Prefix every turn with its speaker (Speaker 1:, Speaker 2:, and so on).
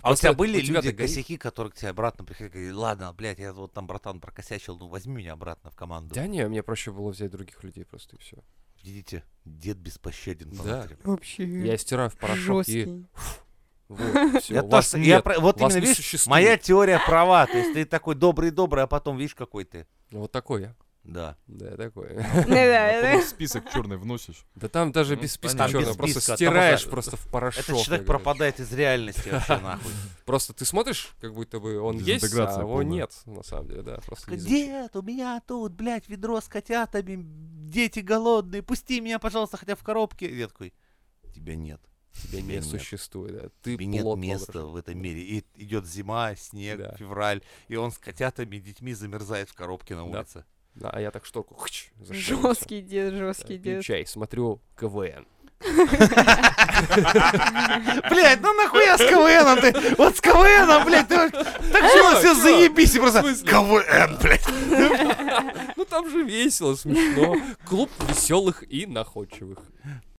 Speaker 1: А у тебя были
Speaker 2: у тебя-то
Speaker 1: люди,
Speaker 2: горит.
Speaker 1: косяки, которые к тебе обратно приходили, говорили, ладно, блядь, я вот там, братан, прокосячил, ну возьми меня обратно в команду.
Speaker 2: Да не, мне проще было взять других людей просто и все.
Speaker 1: Видите, дед беспощаден по
Speaker 2: Да.
Speaker 1: натуре.
Speaker 3: Вообще.
Speaker 2: Я стираю в порошок и
Speaker 3: Жесткий.
Speaker 2: вот, все,
Speaker 1: Я
Speaker 2: вас
Speaker 1: тоже,
Speaker 2: нет,
Speaker 1: вот
Speaker 2: вас
Speaker 1: именно,
Speaker 2: не
Speaker 1: видишь,
Speaker 2: существует.
Speaker 1: моя теория права, то есть ты такой добрый-добрый, а потом видишь, какой ты.
Speaker 2: Вот такой я.
Speaker 1: Да.
Speaker 2: Да, такой.
Speaker 3: Да,
Speaker 4: Потом список черный вносишь.
Speaker 2: Да там даже
Speaker 4: Ну,
Speaker 2: без списка
Speaker 4: понятно.
Speaker 2: черного,
Speaker 1: Без
Speaker 2: просто
Speaker 1: списка, там
Speaker 2: стираешь
Speaker 1: уже-
Speaker 2: просто в порошок.
Speaker 1: Этот человек
Speaker 2: я говорю.
Speaker 1: пропадает из реальности вообще нахуй.
Speaker 2: Просто ты смотришь, как будто бы он есть, а
Speaker 4: Дезинтеграция
Speaker 2: его
Speaker 4: полная.
Speaker 2: нет, на самом деле, да. Просто язык.
Speaker 1: Дед, у меня тут, блядь, ведро с котятами, дети голодные, пусти меня, пожалуйста, хотя в коробке. Я такой, тебя нет.
Speaker 2: Тебя не существует, да. Ты
Speaker 1: Тебе нет
Speaker 2: плод
Speaker 1: места
Speaker 2: положил.
Speaker 1: в этом мире. И идет зима, снег,
Speaker 2: Да.
Speaker 1: февраль, и он с котятами, детьми замерзает в коробке на
Speaker 2: Да.
Speaker 1: улице.
Speaker 2: Да, а я так шторку зашторился.
Speaker 3: Жесткий дед,
Speaker 2: Да,
Speaker 3: жесткий
Speaker 2: пью
Speaker 3: дед.
Speaker 2: чай, смотрю КВН.
Speaker 1: Блядь, ну нахуя с КВНом ты? Вот с КВНом, блядь, ты так же у нас все
Speaker 2: чё?
Speaker 1: заебись и
Speaker 2: В
Speaker 1: просто
Speaker 2: смысле?
Speaker 1: КВН, блядь.
Speaker 2: Ну там же весело, смешно. Клуб веселых и находчивых.